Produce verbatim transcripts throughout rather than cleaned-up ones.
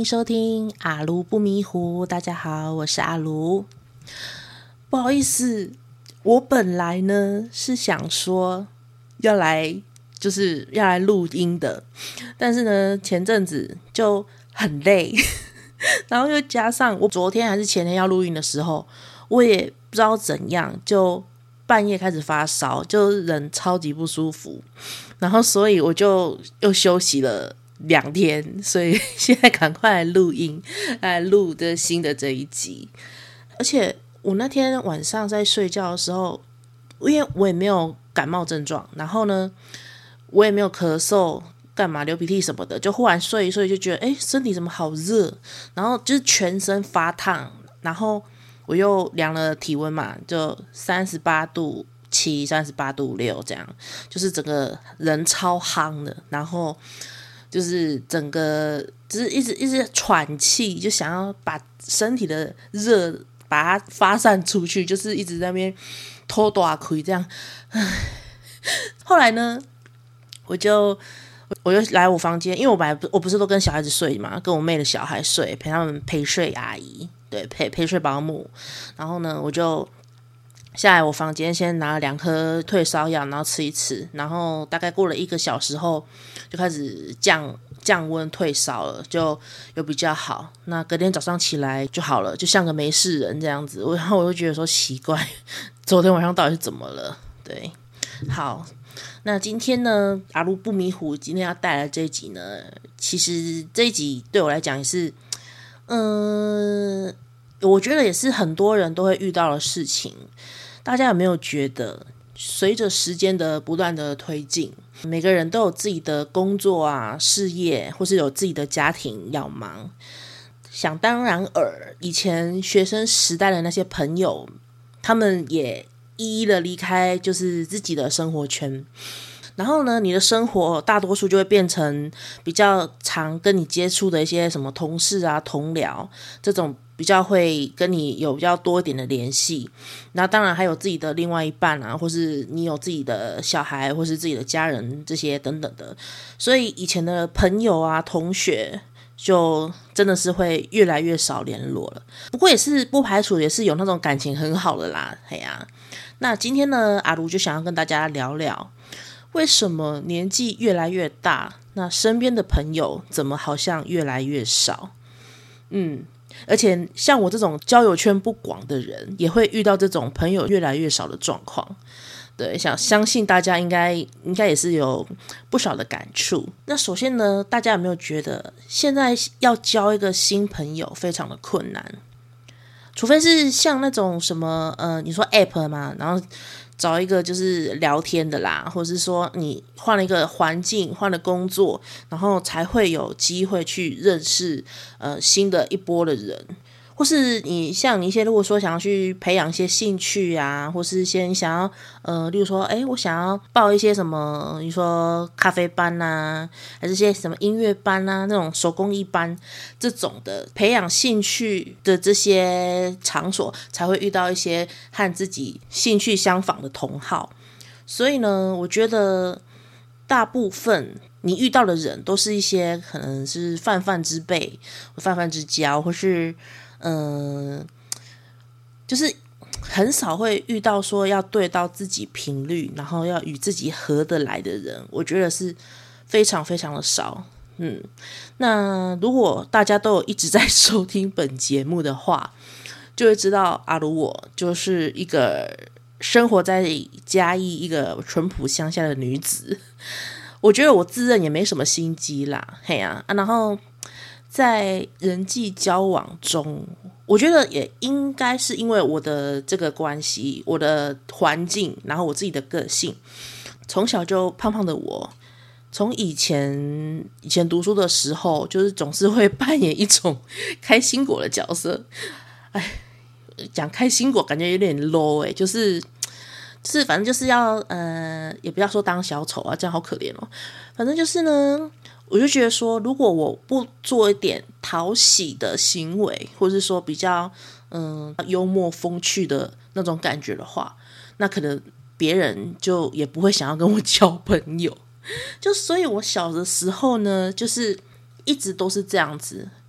迎收听阿卢不迷糊。大家好，我是阿卢。不好意思，我本来呢是想说要来就是要来录音的，但是呢前阵子就很累，然后又加上我昨天还是前天要录音的时候，我也不知道怎样，就半夜开始发烧，就人超级不舒服，然后所以我就又休息了两天，所以现在赶快来录音，来录的新的这一集。而且我那天晚上在睡觉的时候，因为我也没有感冒症状，然后呢我也没有咳嗽干嘛流鼻涕什么的，就忽然睡一睡就觉得哎，身体怎么好热，然后就是全身发烫，然后我又量了体温嘛，就三十八度七、三十八度六这样，就是整个人超夯的，然后就是整个就是一直一直喘气，就想要把身体的热把它发散出去，就是一直在那边拖大亏这样。后来呢，我就我就来我房间，因为我本来我不是都跟小孩子睡嘛，跟我妹的小孩睡，陪他们陪睡阿姨，对，陪陪睡保姆。然后呢，我就下来我房间，先拿了两颗退烧药，然后吃一吃，然后大概过了一个小时后，就开始降降温退烧了，就有比较好。那隔天早上起来就好了，就像个没事人这样子。然后我就觉得说奇怪，昨天晚上到底是怎么了？对，好，那今天呢，阿卢不迷糊，今天要带来这一集呢，其实这一集对我来讲也是，嗯、呃，我觉得也是很多人都会遇到的事情。大家有没有觉得，随着时间的不断的推进，每个人都有自己的工作啊、事业，或是有自己的家庭要忙。想当然尔，以前学生时代的那些朋友，他们也一一的离开，就是自己的生活圈。然后呢，你的生活大多数就会变成比较常跟你接触的一些什么同事啊、同僚这种。比较会跟你有比较多一点的联系，那当然还有自己的另外一半啊，或是你有自己的小孩，或是自己的家人这些等等的，所以以前的朋友啊、同学就真的是会越来越少联络了。不过也是不排除也是有那种感情很好的啦，嘿呀、啊。那今天呢，阿卢就想要跟大家聊聊，为什么年纪越来越大，那身边的朋友怎么好像越来越少？嗯。而且像我这种交友圈不广的人，也会遇到这种朋友越来越少的状况。对，想相信大家应该应该也是有不少的感触。那首先呢，大家有没有觉得现在要交一个新朋友非常的困难？除非是像那种什么呃，你说 App 嘛，然后找一个就是聊天的啦，或者是说你换了一个环境，换了工作，然后才会有机会去认识呃新的一波的人。或是你像你一些如果说想要去培养一些兴趣啊，或是先想要呃，例如说，哎，我想要报一些什么，你说咖啡班啊，还是些什么音乐班啊，那种手工艺班这种的培养兴趣的这些场所，才会遇到一些和自己兴趣相仿的同好。所以呢，我觉得大部分你遇到的人都是一些可能是泛泛之辈、泛泛之交，或是嗯、呃，就是很少会遇到说要对到自己频率，然后要与自己合得来的人，我觉得是非常非常的少。嗯，那如果大家都有一直在收听本节目的话，就会知道阿卢我就是一个生活在嘉义一个淳朴乡下的女子。我觉得我自认也没什么心机啦，嘿啊，啊然后在人际交往中，我觉得也应该是因为我的这个关系，我的环境，然后我自己的个性，从小就胖胖的我，从以前以前读书的时候，就是总是会扮演一种开心果的角色。哎，讲开心果感觉有点 low 哎、欸，就是就是反正就是要呃，也不要说当小丑啊，这样好可怜哦。反正就是呢。我就觉得说，如果我不做一点讨喜的行为，或是说比较嗯幽默风趣的那种感觉的话，那可能别人就也不会想要跟我交朋友。就所以我小的时候呢，就是一直都是这样子，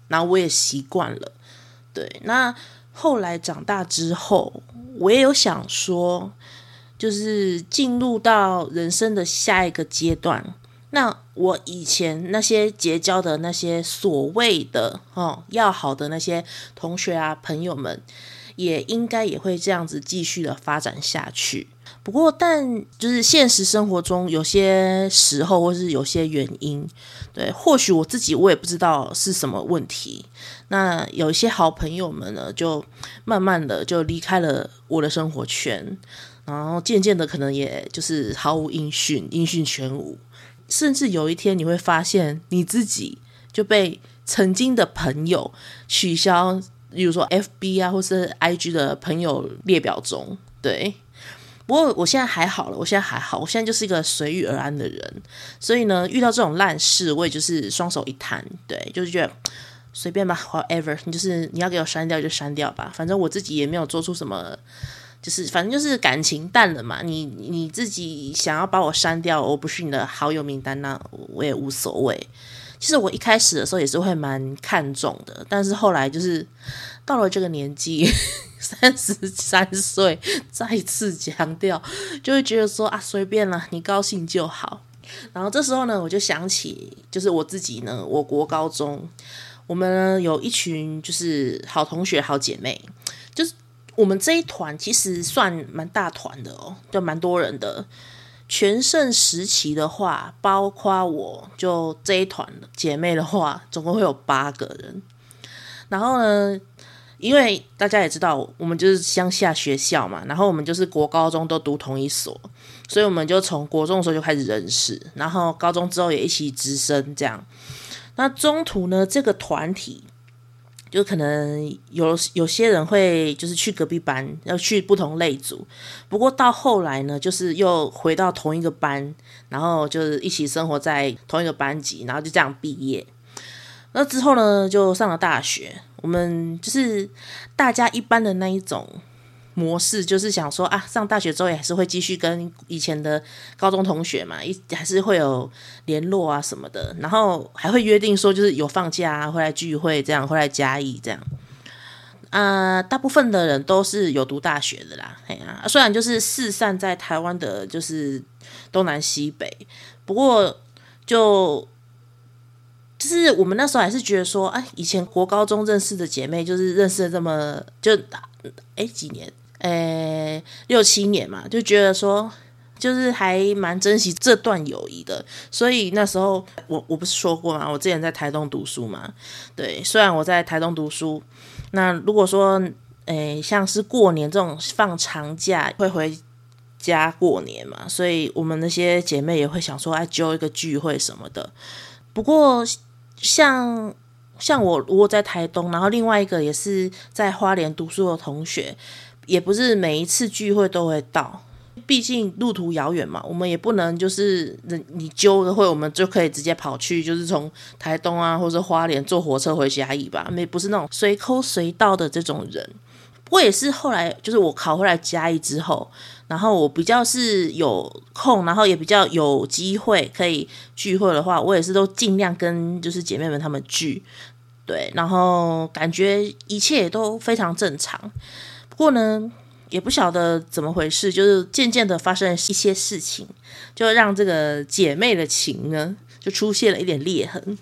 然后我也习惯了。对，那后来长大之后，我也有想说，就是进入到人生的下一个阶段，那我以前那些结交的那些所谓的哦要好的那些同学啊朋友们，也应该也会这样子继续的发展下去。不过但就是现实生活中有些时候或是有些原因，对，或许我自己我也不知道是什么问题，那有一些好朋友们呢就慢慢的就离开了我的生活圈，然后渐渐的可能也就是毫无音讯，音讯全无，甚至有一天你会发现你自己就被曾经的朋友取消，例如说 F B 啊或是 I G 的朋友列表中。对，不过我现在还好了，我现在还好，我现在就是一个随遇而安的人，所以呢遇到这种烂事我也就是双手一摊，对，就是觉得随便吧 whatever， 你就是你要给我删掉就删掉吧，反正我自己也没有做出什么，就是反正就是感情淡了嘛，你你自己想要把我删掉，我不是你的好友名单，那我也无所谓。其实我一开始的时候也是会蛮看重的，但是后来就是到了这个年纪三十三岁，再次强调，就会觉得说啊随便啦，你高兴就好。然后这时候呢我就想起就是我自己呢，我国高中我们呢有一群就是好同学好姐妹，就是我们这一团其实算蛮大团的哦，就蛮多人的。全盛时期的话，包括我就这一团姐妹的话，总共会有八个人。然后呢，因为大家也知道，我们就是乡下学校嘛，然后我们就是国高中都读同一所，所以我们就从国中的时候就开始认识，然后高中之后也一起直升这样。那中途呢，这个团体就可能有有些人会就是去隔壁班，要去不同类组。不过到后来呢，就是又回到同一个班，然后就是一起生活在同一个班级，然后就这样毕业。那之后呢，就上了大学。我们就是大家一般的那一种模式，就是想说啊，上大学之后也还是会继续跟以前的高中同学嘛，一还是会有联络啊什么的，然后还会约定说，就是有放假啊，会来聚会，这样会来嘉义这样。啊、呃，大部分的人都是有读大学的啦，嘿啊，虽然就是四散在台湾的，就是东南西北，不过就。就是我们那时候还是觉得说，哎，以前国高中认识的姐妹，就是认识了这么就哎几年，哎六七年嘛，就觉得说，就是还蛮珍惜这段友谊的。所以那时候我我不是说过吗？我之前在台东读书嘛，对，虽然我在台东读书，那如果说，哎，像是过年这种放长假会回家过年嘛，所以我们那些姐妹也会想说，哎，揪一个聚会什么的。不过像像我如果在台东，然后另外一个也是在花莲读书的同学，也不是每一次聚会都会到，毕竟路途遥远嘛，我们也不能就是你揪个会我们就可以直接跑去，就是从台东啊或者花莲坐火车回嘉义吧，不是那种随口随到的这种人。不过也是后来就是我考回来嘉义之后，然后我比较是有空，然后也比较有机会可以聚会的话，我也是都尽量跟就是姐妹们她们聚，对，然后感觉一切也都非常正常。不过呢也不晓得怎么回事，就是渐渐的发生了一些事情，就让这个姐妹的情呢就出现了一点裂痕。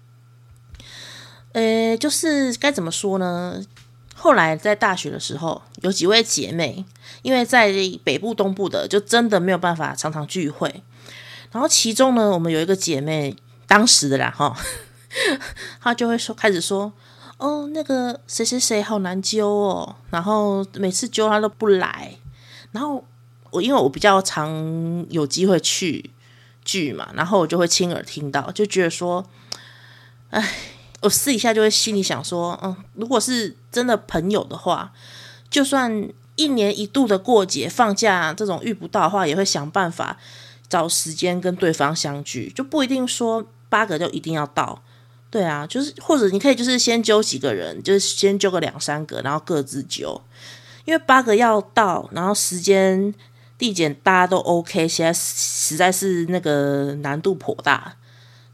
呃，就是该怎么说呢，后来在大学的时候，有几位姐妹，因为在北部东部的就真的没有办法常常聚会，然后其中呢我们有一个姐妹，当时的啦齁，她就会说开始说，哦那个谁谁谁好难揪哦，然后每次揪她都不来，然后我因为我比较常有机会去聚嘛，然后我就会亲耳听到，就觉得说哎，我私底下就会心里想说，嗯，如果是真的朋友的话，就算一年一度的过节放假这种遇不到的话，也会想办法找时间跟对方相聚，就不一定说八个就一定要到。对啊，就是或者你可以就是先揪几个人，就是先揪个两三个，然后各自揪，因为八个要到，然后时间地点大家都 OK， 现在实在是那个难度颇大。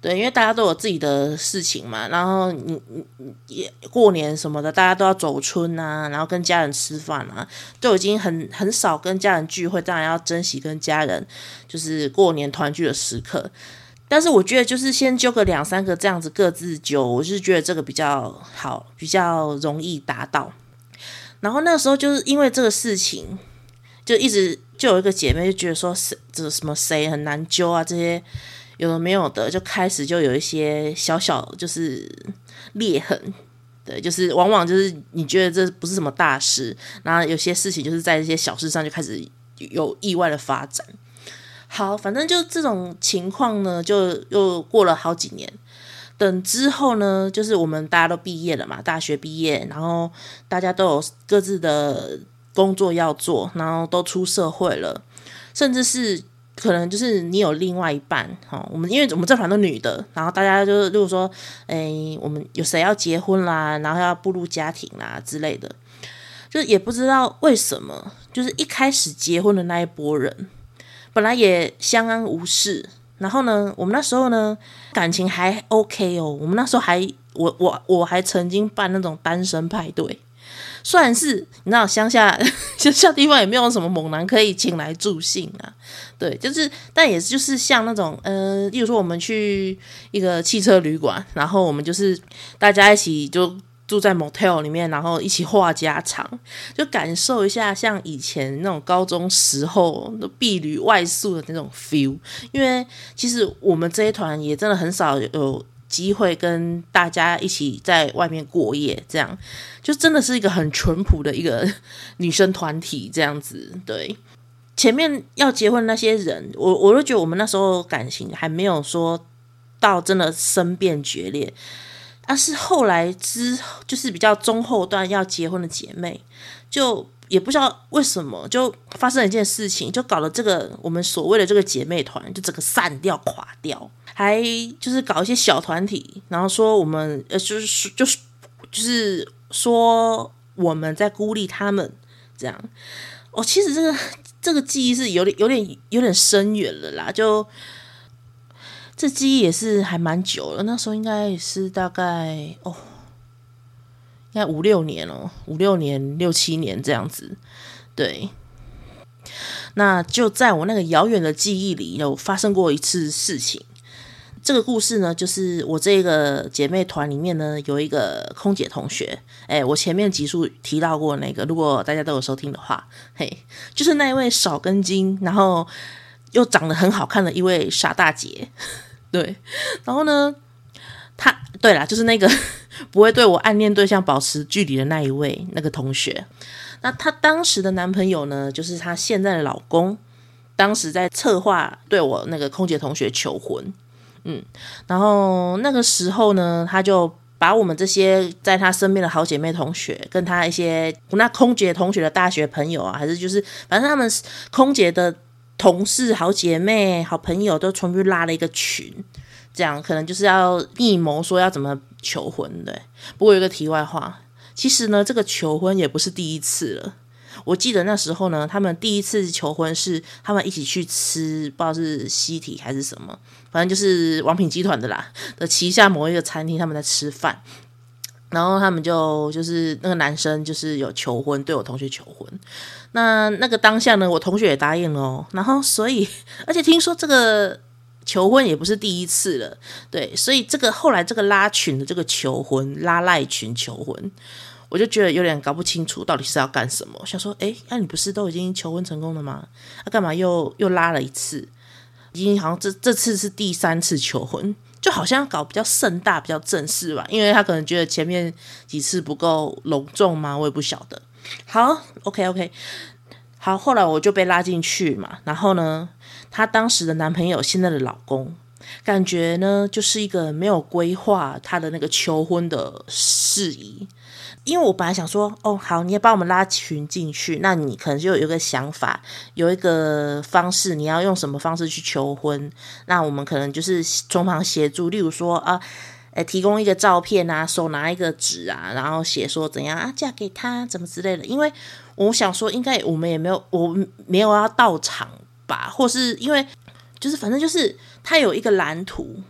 对，因为大家都有自己的事情嘛，然后你你也过年什么的，大家都要走春啊，然后跟家人吃饭啊，都已经很很少跟家人聚会，当然要珍惜跟家人就是过年团聚的时刻。但是我觉得就是先揪个两三个这样子各自揪，我是觉得这个比较好，比较容易达到。然后那时候就是因为这个事情，就一直就有一个姐妹就觉得说，这什么谁很难揪啊，这些有的没有的，就开始就有一些小小就是裂痕。对，就是往往就是你觉得这不是什么大事，然后有些事情就是在这些小事上就开始有意外的发展。好，反正就这种情况呢，就又过了好几年。等之后呢，就是我们大家都毕业了嘛，大学毕业，然后大家都有各自的工作要做，然后都出社会了，甚至是可能就是你有另外一半，哦，我们因为我们这团都女的，然后大家就如果说，哎，我们有谁要结婚啦，然后要步入家庭啦之类的，就也不知道为什么，就是一开始结婚的那一波人，本来也相安无事，然后呢，我们那时候呢感情还 OK 哦，我们那时候还我我我还曾经办那种单身派对。虽然是你知道乡下乡下地方也没有什么猛男可以请来助兴啊，对，就是但也就是像那种呃，例如说我们去一个汽车旅馆，然后我们就是大家一起就住在 motel 里面，然后一起话家常，就感受一下像以前那种高中时候的避旅外宿的那种 feel。因为其实我们这一团也真的很少有机会跟大家一起在外面过夜，这样就真的是一个很淳朴的一个女生团体这样子。对，前面要结婚那些人，我我都觉得我们那时候感情还没有说到真的生变决裂，但是后来之就是比较中后段要结婚的姐妹，就也不知道为什么就发生了一件事情，就搞得这个我们所谓的这个姐妹团就整个散掉垮掉，还就是搞一些小团体，然后说我们呃就是就是就是说我们在孤立他们这样。哦，其实这个这个记忆是有点有点有点深远了啦，就这记忆也是还蛮久了，那时候应该也是大概哦。应该五六年哦，五六年、六七年这样子，对。那就在我那个遥远的记忆里，有发生过一次事情。这个故事呢，就是我这个姐妹团里面呢，有一个空姐同学，哎，我前面集数提到过那个，如果大家都有收听的话，嘿，就是那一位少根筋，然后又长得很好看的一位傻大姐，对。然后呢，她对啦，就是那个。不会对我暗恋对象保持距离的那一位那个同学，那她当时的男朋友呢，就是她现在的老公，当时在策划对我那个空姐同学求婚，嗯，然后那个时候呢，他就把我们这些在他身边的好姐妹同学，跟他一些那空姐同学的大学朋友啊，还是就是反正他们空姐的同事、好姐妹、好朋友都全部拉了一个群。这样可能就是要密谋说要怎么求婚，对。不过有一个题外话，其实呢，这个求婚也不是第一次了。我记得那时候呢，他们第一次求婚是他们一起去吃，不知道是西体还是什么，反正就是王品集团的啦的旗下某一个餐厅，他们在吃饭，然后他们就就是那个男生就是有求婚，对我同学求婚。那那个当下呢，我同学也答应了哦，然后所以而且听说这个。求婚也不是第一次了，对，所以这个后来这个拉群的这个求婚拉赖群求婚，我就觉得有点搞不清楚到底是要干什么。想说，哎，那、啊、你不是都已经求婚成功了吗？那、啊、干嘛又又拉了一次？已经好像这这次是第三次求婚，就好像搞比较盛大、比较正式吧，因为他可能觉得前面几次不够隆重嘛，我也不晓得。好 ，OK OK， 好，后来我就被拉进去嘛，然后呢？她当时的男朋友，现在的老公，感觉呢就是一个没有规划他的那个求婚的事宜。因为我本来想说，哦，好，你也把我们拉群进去，那你可能就有一个想法，有一个方式，你要用什么方式去求婚？那我们可能就是从旁协助，例如说啊，呃，提供一个照片啊，手拿一个纸啊，然后写说怎样啊，嫁给他，怎么之类的。因为我想说，应该我们也没有，我没有要到场。或是因为就是反正就是他有一个蓝图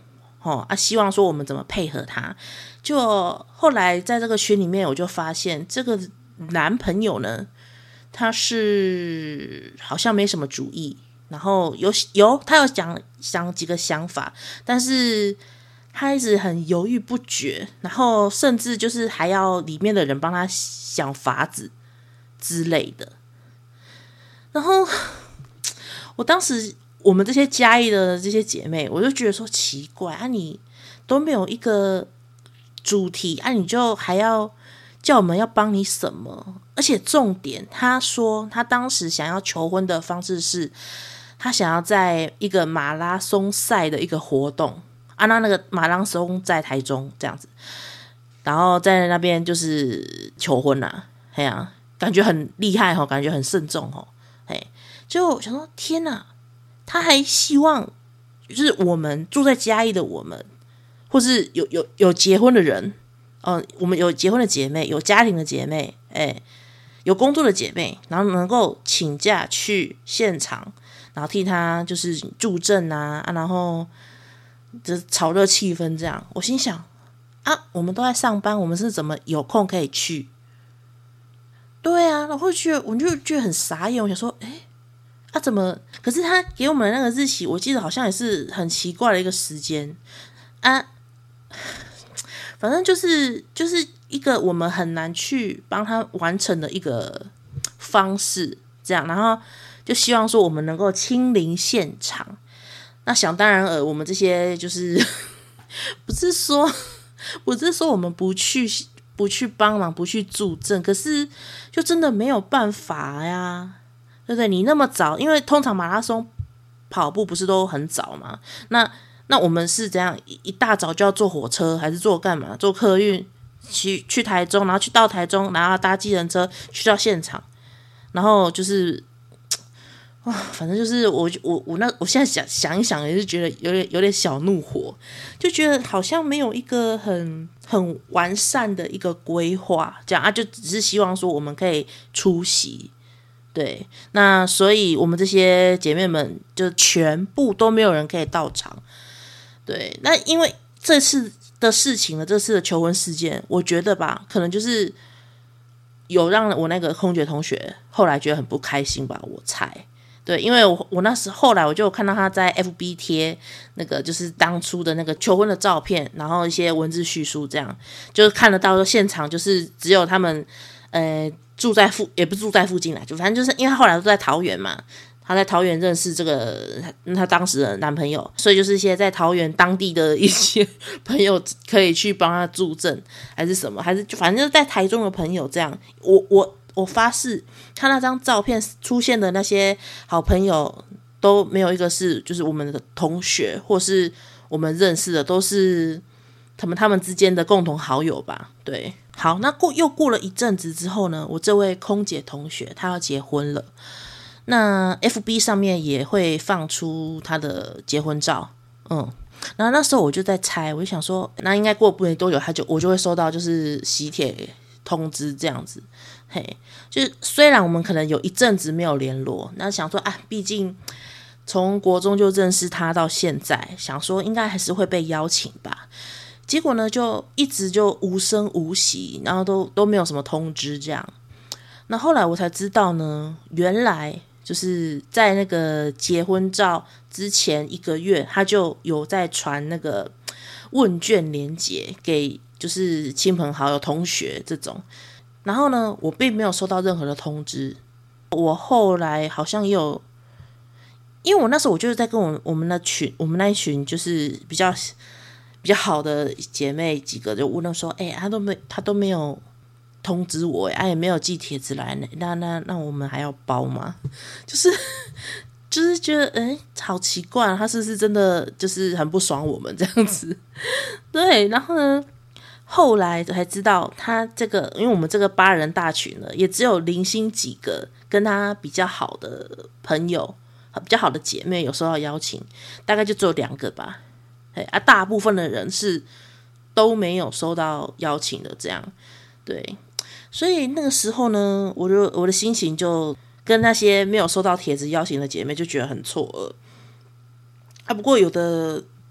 哦啊，希望说我们怎么配合他。就后来在这个群里面，我就发现这个男朋友呢，他是好像没什么主意，然后有有他有讲想几个想法，但是他一直很犹豫不决，然后甚至就是还要里面的人帮他想法子之类的。然后我当时我们这些嘉义的这些姐妹，我就觉得说奇怪啊，你都没有一个主题啊，你就还要叫我们要帮你什么？而且重点，他说他当时想要求婚的方式是，他想要在一个马拉松赛的一个活动啊，那那个马拉松在台中这样子，然后在那边就是求婚啦，哎呀、啊，感觉很厉害吼，感觉很慎重吼，哎，就想说天哪，他还希望就是我们住在嘉义的我们，或是有有有结婚的人。哦，我们有结婚的姐妹，有家庭的姐妹，哎，有工作的姐妹，然后能够请假去现场，然后替他就是助阵啊，啊然后就是炒热气氛这样。我心想啊，我们都在上班，我们是怎么有空可以去？对啊，然后觉得我就觉得很傻眼，我想说，哎，啊怎么？可是他给我们的那个日期，我记得好像也是很奇怪的一个时间啊。反正就是就是一个我们很难去帮他完成的一个方式，这样，然后就希望说我们能够亲临现场。那想当然尔，我们这些就是不是说不是说我们不去不去帮忙不去助阵，可是就真的没有办法呀，对不对？你那么早，因为通常马拉松跑步不是都很早嘛，那。那我们是怎样一大早就要坐火车，还是坐干嘛？坐客运去去台中，然后去到台中，然后搭计程车去到现场，然后就是哇，反正就是我我我那我现在想想一想，也是觉得有点有点小怒火，就觉得好像没有一个很很完善的一个规划，这样啊，就只是希望说我们可以出席。对，那所以我们这些姐妹们就全部都没有人可以到场。对，那因为这次的事情呢，这次的求婚事件，我觉得吧，可能就是有让我那个空姐同学后来觉得很不开心吧，我猜。对，因为我我那时后来我就看到他在 F B 贴那个就是当初的那个求婚的照片，然后一些文字叙述，这样就是看得到现场就是只有他们呃住在附也不住在附近啦，就反正就是因为他后来都在桃园嘛。他在桃园认识这个 他, 他当时的男朋友，所以就是一些在桃园当地的一些朋友可以去帮他助阵，还是什么，还是就反正就是在台中的朋友这样。我我我发誓，他那张照片出现的那些好朋友都没有一个是就是我们的同学或是我们认识的，都是他们他们之间的共同好友吧。对，好，那过又过了一阵子之后呢，我这位空姐同学她要结婚了。那 F B 上面也会放出他的结婚照，嗯，然后那时候我就在猜，我就想说，那应该过不没多久，他就我就会收到就是喜帖通知这样子，嘿，就是虽然我们可能有一阵子没有联络，那想说啊，毕竟从国中就认识他到现在，想说应该还是会被邀请吧，结果呢就一直就无声无息，然后都都没有什么通知这样，那后来我才知道呢，原来。就是在那个结婚照之前一个月，他就有在传那个问卷连结给就是亲朋好友、同学这种。然后呢，我并没有收到任何的通知。我后来好像也有，因为我那时候我就是在跟我我们那群我们那一群就是比较比较好的姐妹几个就问他说：“哎、欸，他都没他都没有。”通知我哎，也没有寄帖子来，那那那我们还要包吗？就是就是觉得哎，好奇怪，他是不是真的就是很不爽我们这样子？对，然后呢，后来才知道他这个，因为我们这个八人大群呢，也只有零星几个跟他比较好的朋友、比较好的姐妹有收到邀请，大概就只有两个吧。哎啊，大部分的人是都没有收到邀请的，这样对。所以那个时候呢，我就我的心情就跟那些没有收到帖子邀请的姐妹就觉得很错愕啊。不过有的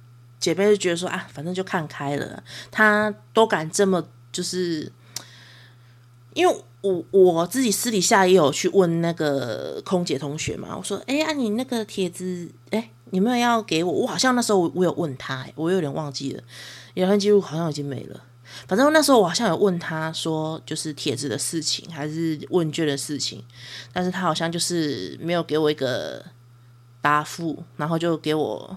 姐妹就觉得说啊，反正就看开了，她都敢这么就是，因为我我自己私底下也有去问那个空姐同学嘛，我说，哎、欸、啊，你那个帖子，哎、欸，你有没有要给我？我好像那时候 我, 我有问他、欸，我有点忘记了，聊天记录好像已经没了。反正那时候我好像有问他说，就是帖子的事情还是问卷的事情，但是他好像就是没有给我一个答复，然后就给我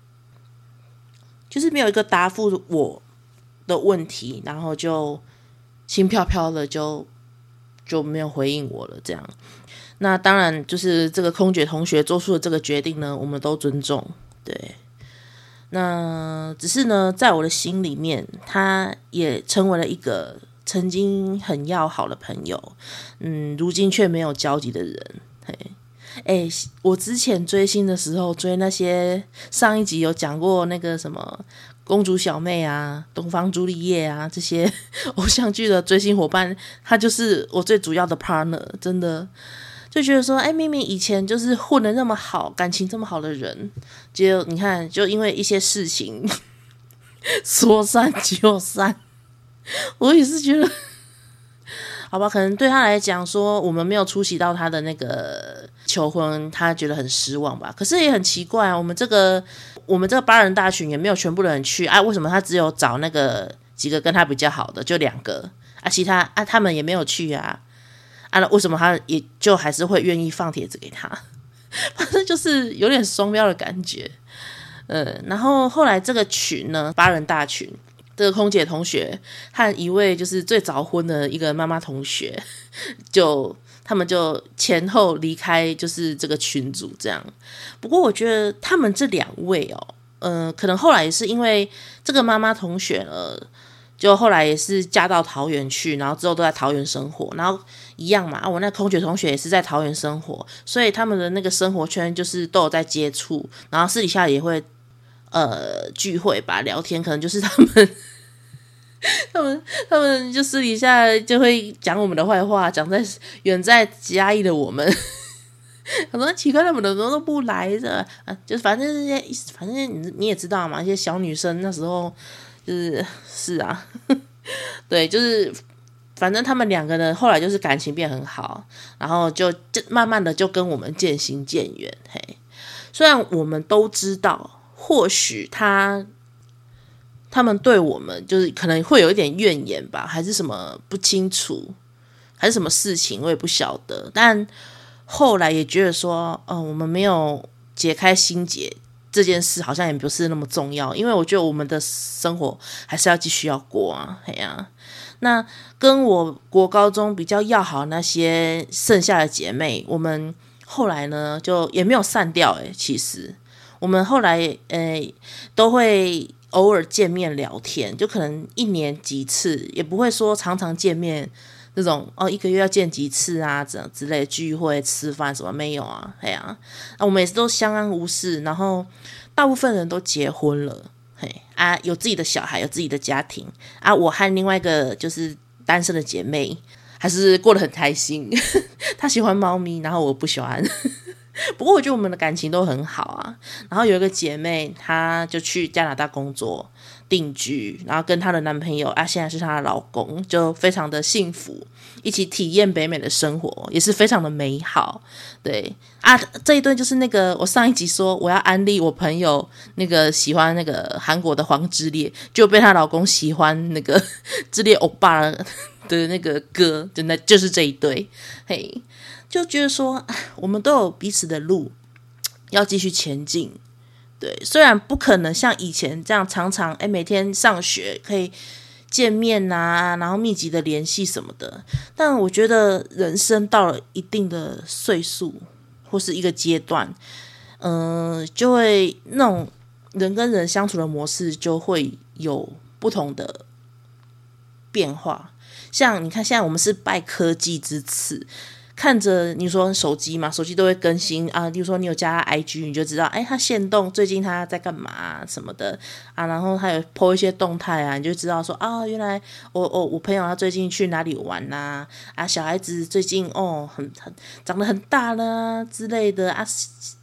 就是没有一个答复我的问题，然后就轻飘飘的就就没有回应我了。这样，那当然就是这个空姐同学做出的这个决定呢，我们都尊重。对，那只是呢，在我的心里面，他也成为了一个曾经很要好的朋友，嗯，如今却没有交集的人。嘿。哎、欸，我之前追星的时候追那些上一集有讲过那个什么公主小妹啊、东方朱丽叶啊这些偶像剧的追星伙伴，他就是我最主要的 partner， 真的就觉得说，哎、欸，明明以前就是混得那么好，感情这么好的人，结果你看，就因为一些事情说散就散，我也是觉得。好吧，可能对他来讲说我们没有出席到他的那个求婚，他觉得很失望吧。可是也很奇怪啊，我们这个我们这个八人大群也没有全部的人去啊，为什么他只有找那个几个跟他比较好的，就两个啊，其他啊他们也没有去啊啊，为什么他也就还是会愿意放帖子给他？反正就是有点双标的感觉。嗯，然后后来这个群呢，八人大群。这个空姐同学和一位就是最早婚的一个妈妈同学，就他们就前后离开就是这个群组这样。不过我觉得他们这两位哦，呃，可能后来也是因为这个妈妈同学呢，就后来也是嫁到桃园去，然后之后都在桃园生活，然后一样嘛，啊，我那空姐同学也是在桃园生活，所以他们的那个生活圈就是都有在接触，然后私底下也会。呃，聚会吧，聊天，可能就是他们，他们，他们就私底下就会讲我们的坏话，讲在远在嘉义的我们，很多奇怪，他们怎么都不来的啊，就是反正这些，反正你你也知道嘛，一些小女生那时候就是是啊，对，就是反正他们两个呢，后来就是感情变很好，然后就就慢慢的就跟我们渐行渐远。嘿，虽然我们都知道。或许他他们对我们就是可能会有一点怨言吧，还是什么不清楚，还是什么事情我也不晓得。但后来也觉得说，嗯、呃，我们没有解开心结这件事，好像也不是那么重要，因为我觉得我们的生活还是要继续要过啊。嘿啊，那跟我国高中比较要好那些剩下的姐妹，我们后来呢就也没有散掉、欸。哎，其实。我们后来呃都会偶尔见面聊天，就可能一年几次，也不会说常常见面那种哦，一个月要见几次啊，这样之类的聚会吃饭什么没有啊？哎呀、啊，啊我们也是都相安无事，然后大部分人都结婚了，嘿啊，有自己的小孩，有自己的家庭啊，我和另外一个就是单身的姐妹还是过得很开心。她喜欢猫咪，然后我不喜欢。不过我觉得我们的感情都很好啊，然后有一个姐妹她就去加拿大工作定居，然后跟她的男朋友啊现在是她的老公，就非常的幸福，一起体验北美的生活也是非常的美好。对啊，这一段就是那个我上一集说我要安利我朋友那个喜欢那个韩国的黄致列，就被她老公喜欢那个致列欧巴的那个歌，真的就是这一对。嘿，就觉得说我们都有彼此的路要继续前进。对，虽然不可能像以前这样常常哎每天上学可以见面啊，然后密集的联系什么的，但我觉得人生到了一定的岁数或是一个阶段，嗯、呃，就会那种人跟人相处的模式就会有不同的变化。像你看现在我们是拜科技之赐，看着你说手机嘛，手机都会更新啊，例如说你有加他 I G， 你就知道哎，他限动最近他在干嘛、啊、什么的啊，然后他有 po 一些动态啊，你就知道说啊，原来我我我朋友他最近去哪里玩呐、啊，啊小孩子最近哦很很长得很大啦之类的啊，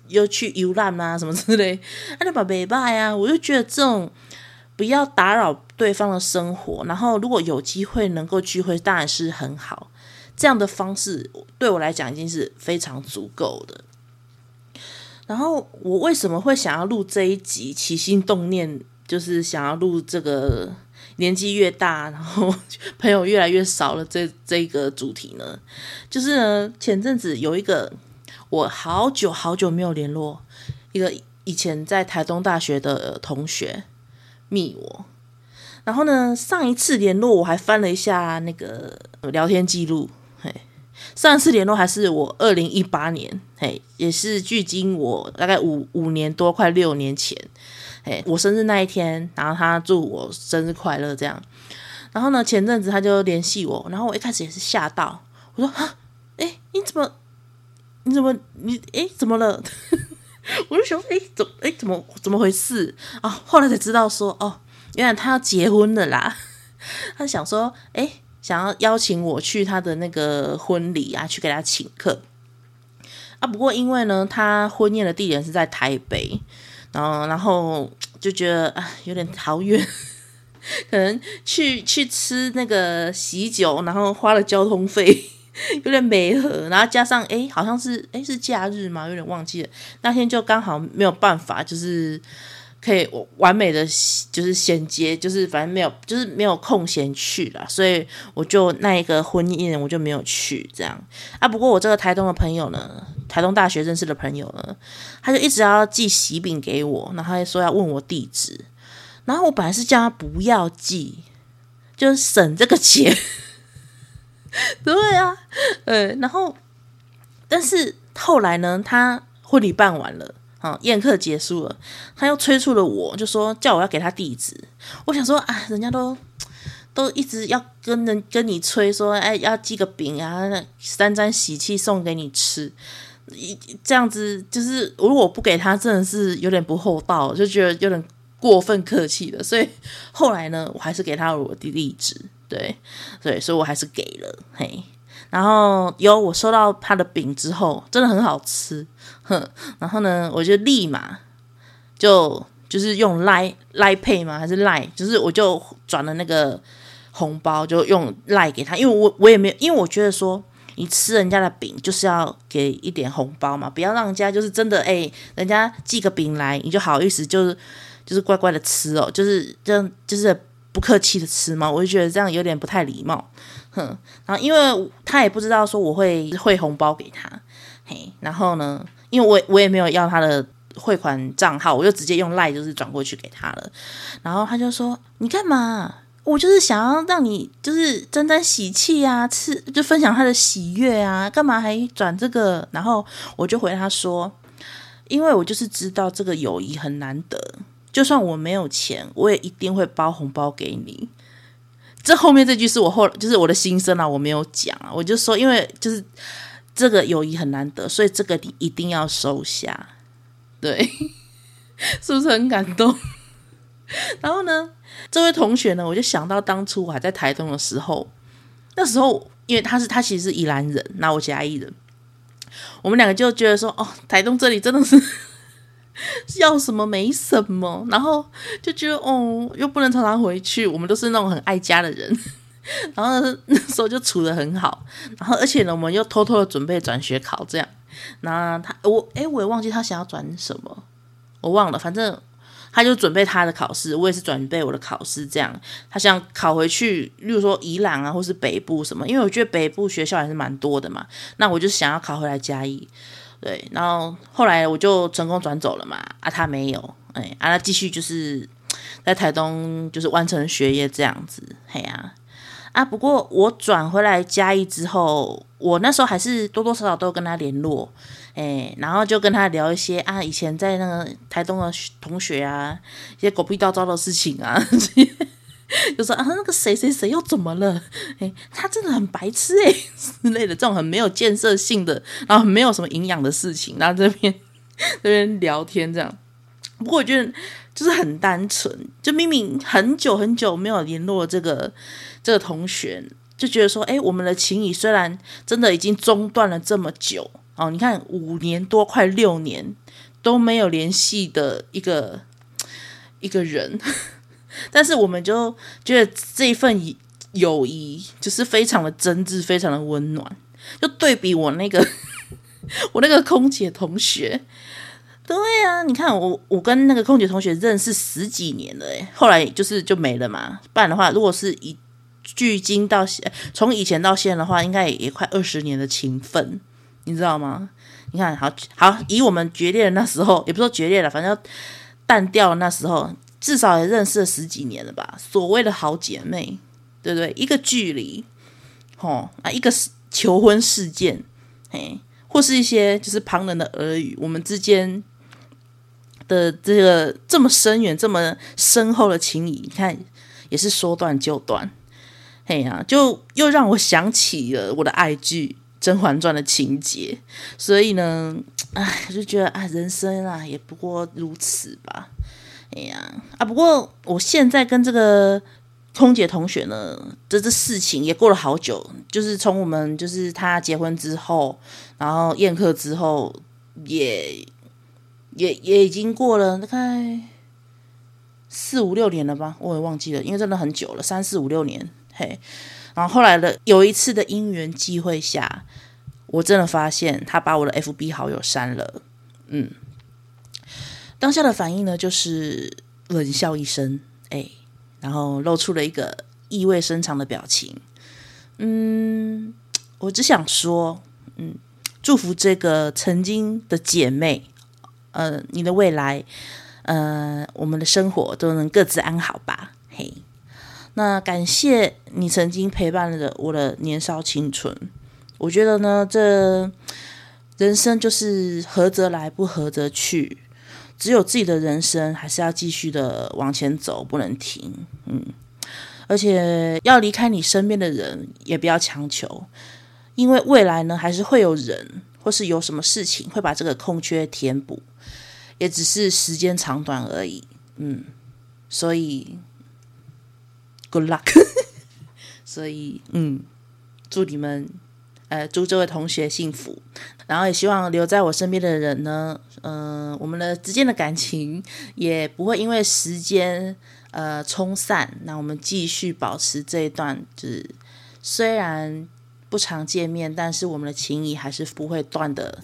又去游览啊什么之类，那就把没办啊。我就觉得这种不要打扰对方的生活，然后如果有机会能够聚会，当然是很好。这样的方式对我来讲已经是非常足够的。然后我为什么会想要录这一集？起心动念就是想要录这个年纪越大，然后朋友越来越少了这这个主题呢？就是呢，前阵子有一个我好久好久没有联络一个以前在台东大学的同学密我，然后呢，上一次联络我还翻了一下那个聊天记录，嘿，上一次联络还是我二零一八年，嘿，也是距今我大概五五年多，快六年前，嘿，我生日那一天，然后他祝我生日快乐这样，然后呢，前阵子他就联系我，然后我一开始也是吓到，我说啊，哎，你怎么，你怎么，你哎怎么了？我就想，哎，怎哎怎么怎么回事啊？后来才知道说，哦，原来他要结婚了啦。他想说，哎，想要邀请我去他的那个婚礼啊，去给他请客啊。不过因为呢，他婚宴的地点是在台北，然后然后就觉得啊有点好远，可能去去吃那个喜酒，然后花了交通费。有点没合，然后加上哎，好像是哎是假日嘛，有点忘记了。那天就刚好没有办法，就是可以完美的就是衔接，就是反正没有，就是没有空闲去啦，所以我就那一个婚宴我就没有去这样啊。不过我这个台东的朋友呢，台东大学认识的朋友呢，他就一直要寄喜饼给我，然后他就说要问我地址，然后我本来是叫他不要寄，就省这个钱。对啊，呃，然后，但是后来呢，他婚礼办完了，啊，宴客结束了，他又催促了我，就说叫我要给他地址。我想说啊，人家都都一直要跟人跟你催说，哎，要寄个饼啊，沾沾喜气送给你吃，这样子就是如果我不给他，真的是有点不厚道，就觉得有点过分客气了。所以后来呢，我还是给他我的地址。对，对，所以我还是给了，嘿。然后有我收到他的饼之后，真的很好吃，哼。然后呢，我就立马就就是用 Line Line Pay 吗？还是 Line？就是我就转了那个红包，就用 Line 给他，因为我我也没有，因为我觉得说你吃人家的饼就是要给一点红包嘛，不要让人家就是真的哎、欸，人家寄个饼来，你就好意思就是就是乖乖的吃哦，就是这样就是。不客气的吃嘛，我就觉得这样有点不太礼貌，哼。然后因为他也不知道说我会汇红包给他，嘿。然后呢，因为我我也没有要他的汇款账号，我就直接用 Line 就是转过去给他了。然后他就说：“你干嘛？我就是想要让你就是沾沾喜气啊，吃就分享他的喜悦啊，干嘛还转这个？”然后我就回他说：“因为我就是知道这个友谊很难得。”就算我没有钱，我也一定会包红包给你。这后面这句是我后就是我的心声啊，我没有讲啊，我就说，因为就是这个友谊很难得，所以这个你一定要收下。对，是不是很感动？然后呢，这位同学呢，我就想到当初我还在台东的时候，那时候因为他是他其实是宜兰人，那我嘉义人，我们两个就觉得说，哦，台东这里真的是。要什么没什么，然后就觉得哦，又不能常常回去，我们都是那种很爱家的人，然后那时候就处得很好，然后而且呢，我们又偷偷的准备转学考这样。那他我哎，我也忘记他想要转什么，我忘了，反正他就准备他的考试，我也是准备我的考试这样。他想考回去，例如说宜兰啊，或是北部什么，因为我觉得北部学校还是蛮多的嘛，那我就想要考回来嘉义。对，然后后来我就成功转走了嘛，啊，他没有，哎，啊，他继续就是在台东就是完成学业这样子，嘿呀、啊，啊，不过我转回来嘉义之后，我那时候还是多多少少都有跟他联络，哎，然后就跟他聊一些啊，以前在那个台东的同学啊，一些狗屁倒灶的事情啊。就说啊，那个谁谁谁又怎么了？哎，他真的很白痴哎、欸、之类的，这种很没有建设性的，然后没有什么营养的事情，然后这边这边聊天这样。不过我觉得就是很单纯，就明明很久很久没有联络这个这个同学，就觉得说，哎，我们的情谊虽然真的已经中断了这么久， 哦，你看五年多快六年都没有联系的一个一个人，但是我们就觉得这一份友谊就是非常的真挚，非常的温暖。就对比我那个我那个空姐同学，对啊，你看我我跟那个空姐同学认识十几年了耶，后来就是就没了嘛。不然的话，如果是以距今到从以前到现在的话，应该 也, 也快二十年的情分，你知道吗？你看，好好以我们决裂的那时候，也不说决裂了，反正淡掉的那时候，至少也认识了十几年了吧。所谓的好姐妹，对不对？一个距离，哦啊，一个求婚事件，嘿，或是一些就是旁人的耳语，我们之间的这个这么深远、这么深厚的情谊，你看也是说断就断，嘿呀、啊，就又让我想起了我的爱剧《甄嬛传》的情节，所以呢，哎，就觉得啊，人生啊，也不过如此吧，哎呀啊，不过我现在跟这个空姐同学呢，这这事情也过了好久，就是从我们就是他结婚之后，然后宴客之后，也也也已经过了大概四五六年了吧，我也忘记了，因为真的很久了，三四五六年，嘿。然后后来的有一次的因缘际会下，我真的发现他把我的 F B 好友删了，嗯，当下的反应呢，就是冷笑一声，哎。然后露出了一个意味深长的表情。嗯，我只想说，嗯，祝福这个曾经的姐妹，呃，你的未来，呃，我们的生活都能各自安好吧。嘿，那感谢你曾经陪伴了我的年少青春。我觉得呢，这人生就是合则来，不合则去。只有自己的人生还是要继续的往前走，不能停。嗯，而且要离开你身边的人也不要强求，因为未来呢还是会有人或是有什么事情会把这个空缺填补，也只是时间长短而已。嗯，所以 good luck 所以嗯，祝你们呃，祝这位同学幸福，然后也希望留在我身边的人呢，嗯、呃，我们的之间的感情也不会因为时间呃冲散，那我们继续保持这一段，就是虽然不常见面，但是我们的情谊还是不会断的。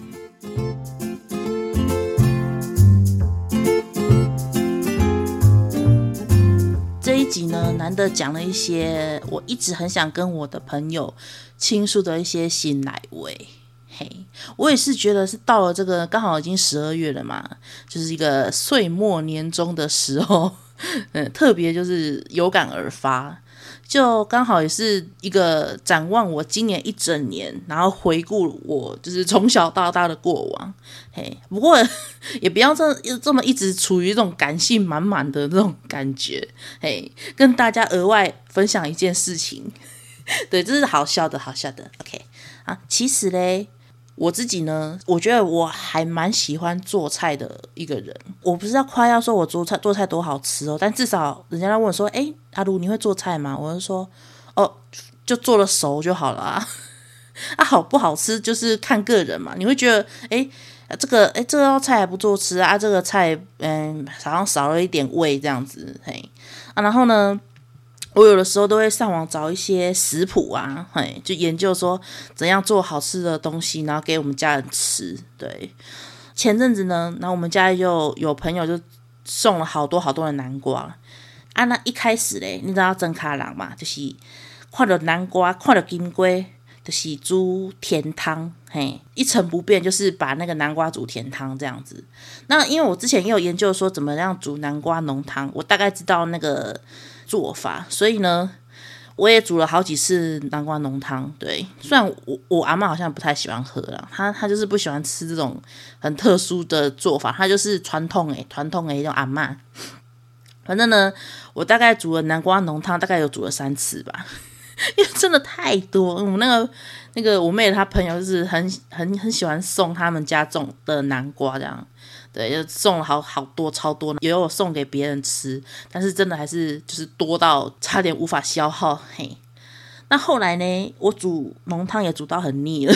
这一集呢，难得讲了一些我一直很想跟我的朋友倾诉的一些心内话。嘿，我也是觉得是到了这个刚好已经十二月了嘛，就是一个岁末年终的时候，嗯，特别就是有感而发，就刚好也是一个展望我今年一整年，然后回顾我就是从小到大的过往。嘿，不过也不要这这么一直处于这种感性满满的这种感觉。嘿，跟大家额外分享一件事情，对，这是好笑的，好笑的。OK 啊，其实嘞。我自己呢，我觉得我还蛮喜欢做菜的一个人。我不是要夸耀说我做菜做菜多好吃哦，但至少人家来问我说：“哎，阿如你会做菜吗？”我就说：“哦，就做了熟就好了啊。”啊，好不好吃就是看个人嘛。你会觉得，哎，这个哎这道菜还不错吃啊，这个菜嗯好像少了一点味这样子，嘿啊，然后呢？我有的时候都会上网找一些食谱啊，嘿，就研究说怎样做好吃的东西，然后给我们家人吃。对，前阵子呢，然后我们家就有朋友就送了好多好多的南瓜啊。那一开始嘞，你知道真卡人嘛，就是看到南瓜，看到金龟，就是煮甜汤，嘿，一成不变就是把那个南瓜煮甜汤这样子。那因为我之前也有研究说怎么样煮南瓜浓汤，我大概知道那个做法，所以呢，我也煮了好几次南瓜浓汤。对，虽然我我阿嬷好像不太喜欢喝啦，她她就是不喜欢吃这种很特殊的做法，她就是传统诶，传统诶那种阿嬷。反正呢，我大概煮了南瓜浓汤，大概有煮了三次吧，因为真的太多。我那个那个我妹的她朋友就是很很很喜欢送他们家种的南瓜这样。对，就送了好好多超多，也有送给别人吃，但是真的还是就是多到差点无法消耗。嘿，那后来呢，我煮浓汤也煮到很腻了，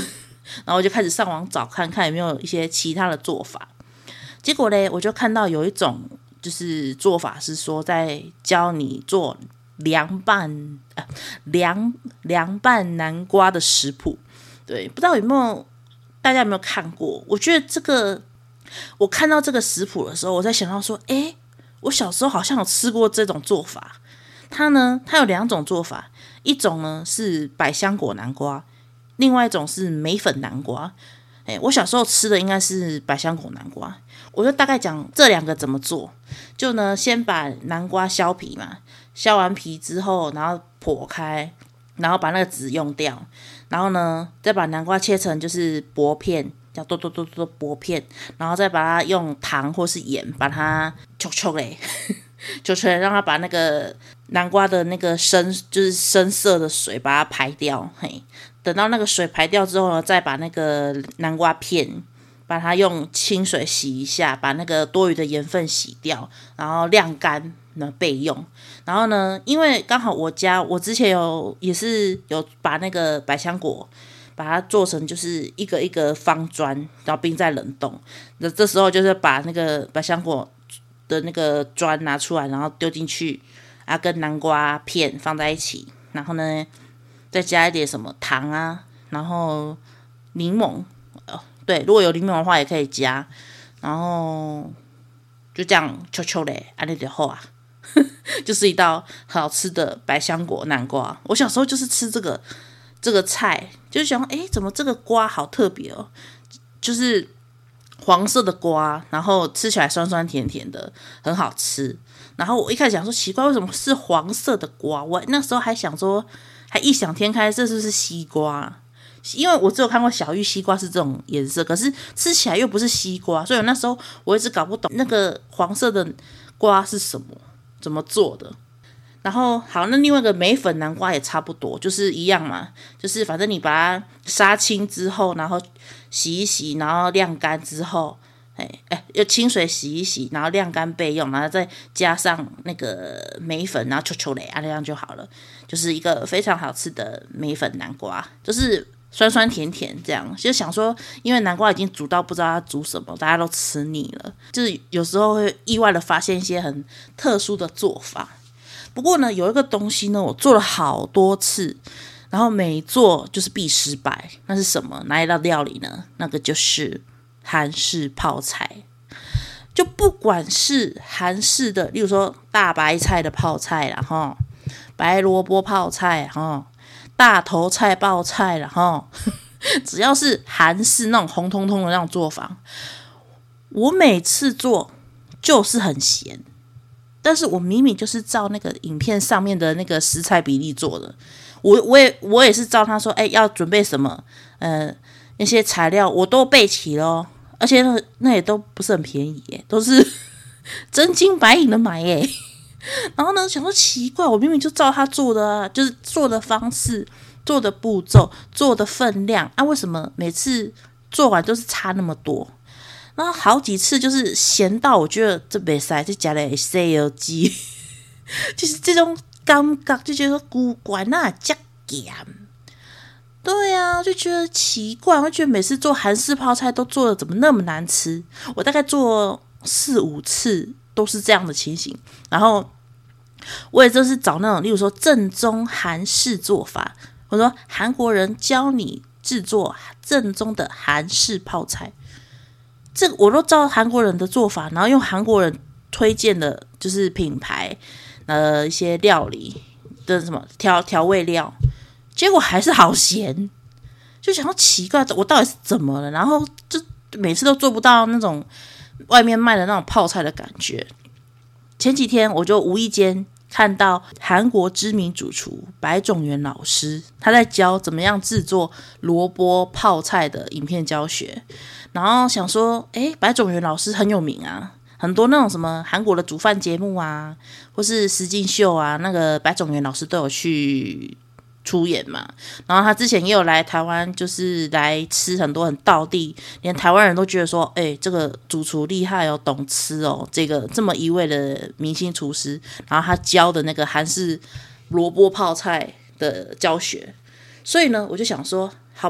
然后我就开始上网找看看有没有一些其他的做法。结果呢，我就看到有一种就是做法是说在教你做凉拌呃凉凉拌南瓜的食谱。对，不知道有没有大家有没有看过？我觉得这个我看到这个食谱的时候，我在想到说，诶，我小时候好像有吃过这种做法。它呢，它有两种做法，一种呢是百香果南瓜，另外一种是梅粉南瓜。诶，我小时候吃的应该是百香果南瓜。我就大概讲这两个怎么做。就呢，先把南瓜削皮嘛，削完皮之后，然后剖开，然后把那个籽用掉，然后呢，再把南瓜切成就是薄片，叫剁剁剁剁薄片，然后再把它用糖或是盐把它揪揪嘞，揪揪让它把那个南瓜的那个深就是深色的水把它排掉。嘿，等到那个水排掉之后呢，再把那个南瓜片把它用清水洗一下，把那个多余的盐分洗掉，然后晾干呢备用。然后呢，因为刚好我家我之前有也是有把那个百香果把它做成就是一个一个方砖，然后冰在冷冻。那这时候就是把那个百香果的那个砖拿出来，然后丢进去，啊，跟南瓜片放在一起，然后呢再加一点什么糖啊，然后柠檬，呃，对，如果有柠檬的话也可以加，然后就这样揪揪嘞，安利就好啊。就是一道好吃的百香果南瓜。我小时候就是吃这个这个菜，就是想哎，怎么这个瓜好特别哦，就是黄色的瓜，然后吃起来酸酸甜甜的，很好吃。然后我一开始想说奇怪，为什么是黄色的瓜？我那时候还想说，还异想天开，这是不是西瓜？因为我只有看过小玉西瓜是这种颜色，可是吃起来又不是西瓜，所以我那时候我一直搞不懂那个黄色的瓜是什么，怎么做的。然后好，那另外一个梅粉南瓜也差不多，就是一样嘛，就是反正你把它杀青之后，然后洗一洗，然后晾干之后，哎哎，用清水洗一洗，然后晾干备用，然后再加上那个梅粉，然后球球嘞，啊，那样就好了，就是一个非常好吃的梅粉南瓜，就是酸酸甜甜这样。就想说，因为南瓜已经煮到不知道它煮什么，大家都吃腻了，就是有时候会意外的发现一些很特殊的做法。不过呢，有一个东西呢，我做了好多次，然后每做就是必失败。那是什么？哪一道料理呢？那个就是韩式泡菜。就不管是韩式的，例如说大白菜的泡菜啦，哈，白萝卜泡菜，哈，大头菜泡菜啦，哈，只要是韩式那种红彤彤的那种做法，我每次做就是很咸。但是我明明就是照那个影片上面的那个食材比例做的，我我也我也是照他说，哎，要准备什么，呃，那些材料我都备齐了，而且那那也都不是很便宜耶，都是真金白银的买耶。然后呢，想说奇怪，我明明就照他做的啊，就是做的方式、做的步骤、做的分量啊，为什么每次做完都是差那么多？然后好几次就是咸到我觉得这没塞，这加了 C L G， 就是这种感觉，就觉得古怪那加咸。对啊，就觉得奇怪，我觉得每次做韩式泡菜都做的怎么那么难吃？我大概做四五次都是这样的情形。然后我也就是找那种，例如说正宗韩式做法，我说韩国人教你制作正宗的韩式泡菜。这我都照韩国人的做法，然后用韩国人推荐的，就是品牌呃一些料理的什么调调味料，结果还是好咸，就想到奇怪，我到底是怎么了？然后就每次都做不到那种外面卖的那种泡菜的感觉。前几天我就无意间看到韩国知名主厨白种元老师，他在教怎么样制作萝卜泡菜的影片教学。然后想说，诶，白种元老师很有名啊，很多那种什么韩国的煮饭节目啊，或是实境秀啊，那个白种元老师都有去出演嘛。然后他之前也有来台湾，就是来吃很多很道地，连台湾人都觉得说，诶，这个主厨厉害哦，懂吃哦，这个这么一位的明星厨师，然后他教的那个韩式萝卜泡菜的教学。所以呢，我就想说，好吧，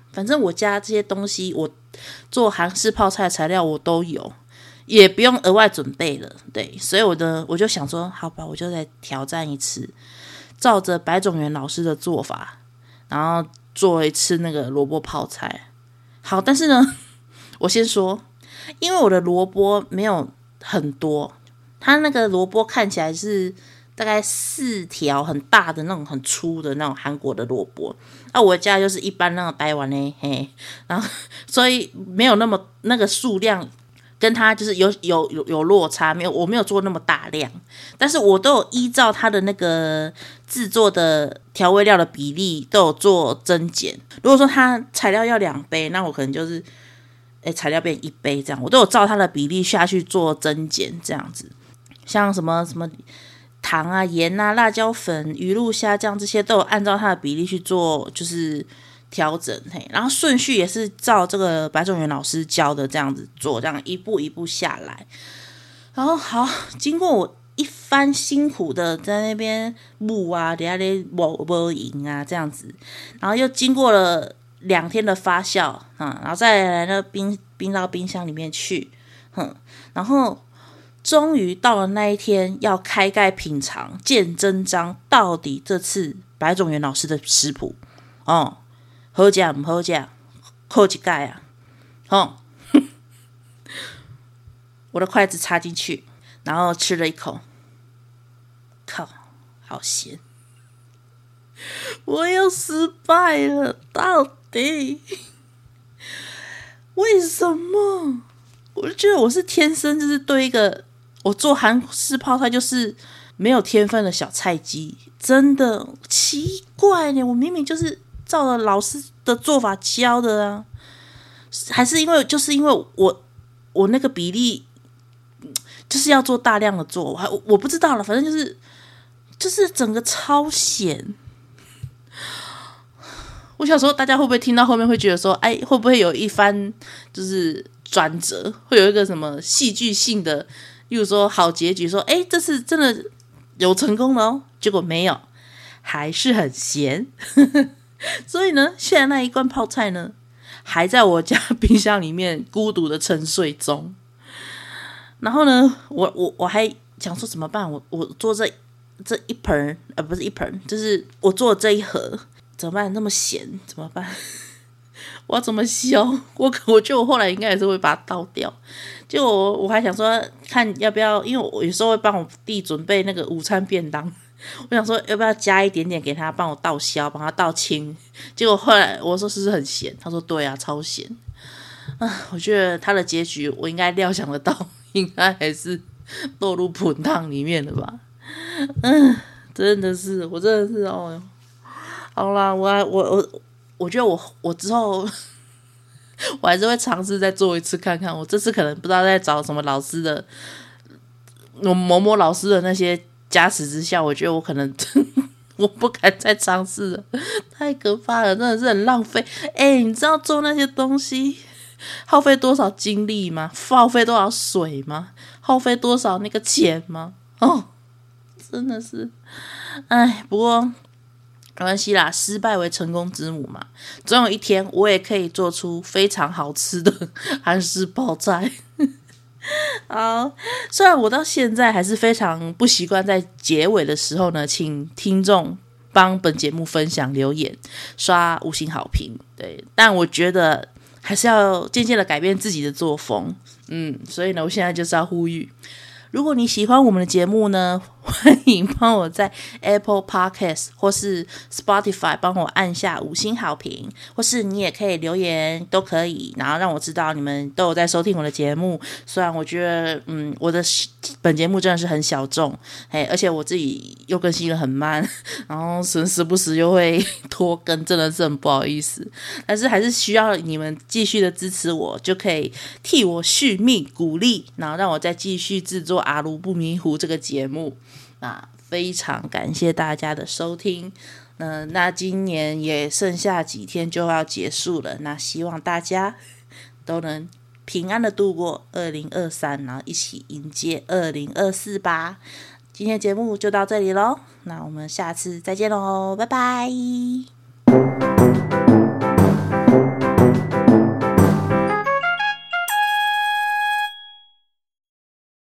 反正我家这些东西，我做韩式泡菜的材料我都有，也不用额外准备了。对，所以我的我就想说，好吧，我就再挑战一次，照着白种元老师的做法，然后做一次那个萝卜泡菜。好，但是呢，我先说，因为我的萝卜没有很多，它那个萝卜看起来是大概四条很大的那种很粗的那种韩国的萝卜，那、啊、我家就是一般那种台湾的，嘿，然后所以没有那么那个数量跟它就是有有有有落差，没有我没有做那么大量，但是我都有依照它的那个制作的调味料的比例都有做增减。如果说它材料要两杯，那我可能就是诶材料变一杯这样，我都有照它的比例下去做增减这样子，像什么什么。糖啊、盐啊、辣椒粉、鱼露、虾酱这些都有按照它的比例去做，就是调整。嘿，然后顺序也是照这个白种元老师教的这样子做，这样一步一步下来。然后好，经过我一番辛苦的在那边木啊，等下咧磨磨赢啊这样子，然后又经过了两天的发酵啊，然后再来那冰冰到冰箱里面去，哼，然后。终于到了那一天，要开盖品尝，见真章，到底这次白种元老师的食谱哦，好吃不好吃，扣一盖啊，哦，我的筷子插进去，然后吃了一口，靠，好咸，我又失败了，到底为什么？我就觉得我是天生就是对一个。我做韩式泡菜就是没有天分的小菜鸡，真的奇怪呢。我明明就是照着老师的做法教的啊，还是因为就是因为我我那个比例就是要做大量的做，我还我不知道了，反正就是就是整个超咸。我想说，大家会不会听到后面会觉得说，哎，会不会有一番就是转折，会有一个什么戏剧性的？例如说好结局说诶这次真的有成功了哦，结果没有，还是很咸所以呢现在那一罐泡菜呢还在我家冰箱里面孤独的沉睡中。然后呢我我我还想说怎么办，我我做这这一盆呃不是一盆，就是我做这一盒怎么办，那么咸怎么办我要怎么消？我我觉得我后来应该也是会把它倒掉。就我我还想说，看要不要，因为我有时候会帮我弟准备那个午餐便当，我想说要不要加一点点给他，帮我倒消，帮他倒清。结果后来我说是不是很咸？他说对啊，超咸。啊，我觉得他的结局我应该料想得到，应该还是落入盆汤里面了吧？嗯，真的是，我真的是哦。好啦，我我我。我觉得我我之后我还是会尝试再做一次看看。我这次可能不知道在找什么老师的，我某某老师的那些加持之下，我觉得我可能我不敢再尝试了，太可怕了，真的是很浪费。哎，你知道做那些东西耗费多少精力吗？耗费多少水吗？耗费多少那个钱吗？哦，真的是，哎，不过。没关系啦，失败为成功之母嘛，总有一天我也可以做出非常好吃的韩式泡菜。好，虽然我到现在还是非常不习惯在结尾的时候呢，请听众帮本节目分享、留言、刷五星好评，对，但我觉得还是要渐渐的改变自己的作风，嗯，所以呢，我现在就是要呼吁。如果你喜欢我们的节目呢，欢迎帮我在 Apple Podcast 或是 Spotify 帮我按下五星好评，或是你也可以留言都可以，然后让我知道你们都有在收听我的节目。虽然我觉得嗯，我的本节目真的是很小众，嘿，而且我自己又更新得很慢，然后时时不时又会拖更，真的是很不好意思，但是还是需要你们继续的支持我，就可以替我续命鼓励，然后让我再继续制作阿卢不迷糊这个节目。那非常感谢大家的收听，呃、那今年也剩下几天就要结束了，那希望大家都能平安的度过二零二三，然后一起迎接二零二四吧。今天的节目就到这里咯，那我们下次再见咯，拜拜。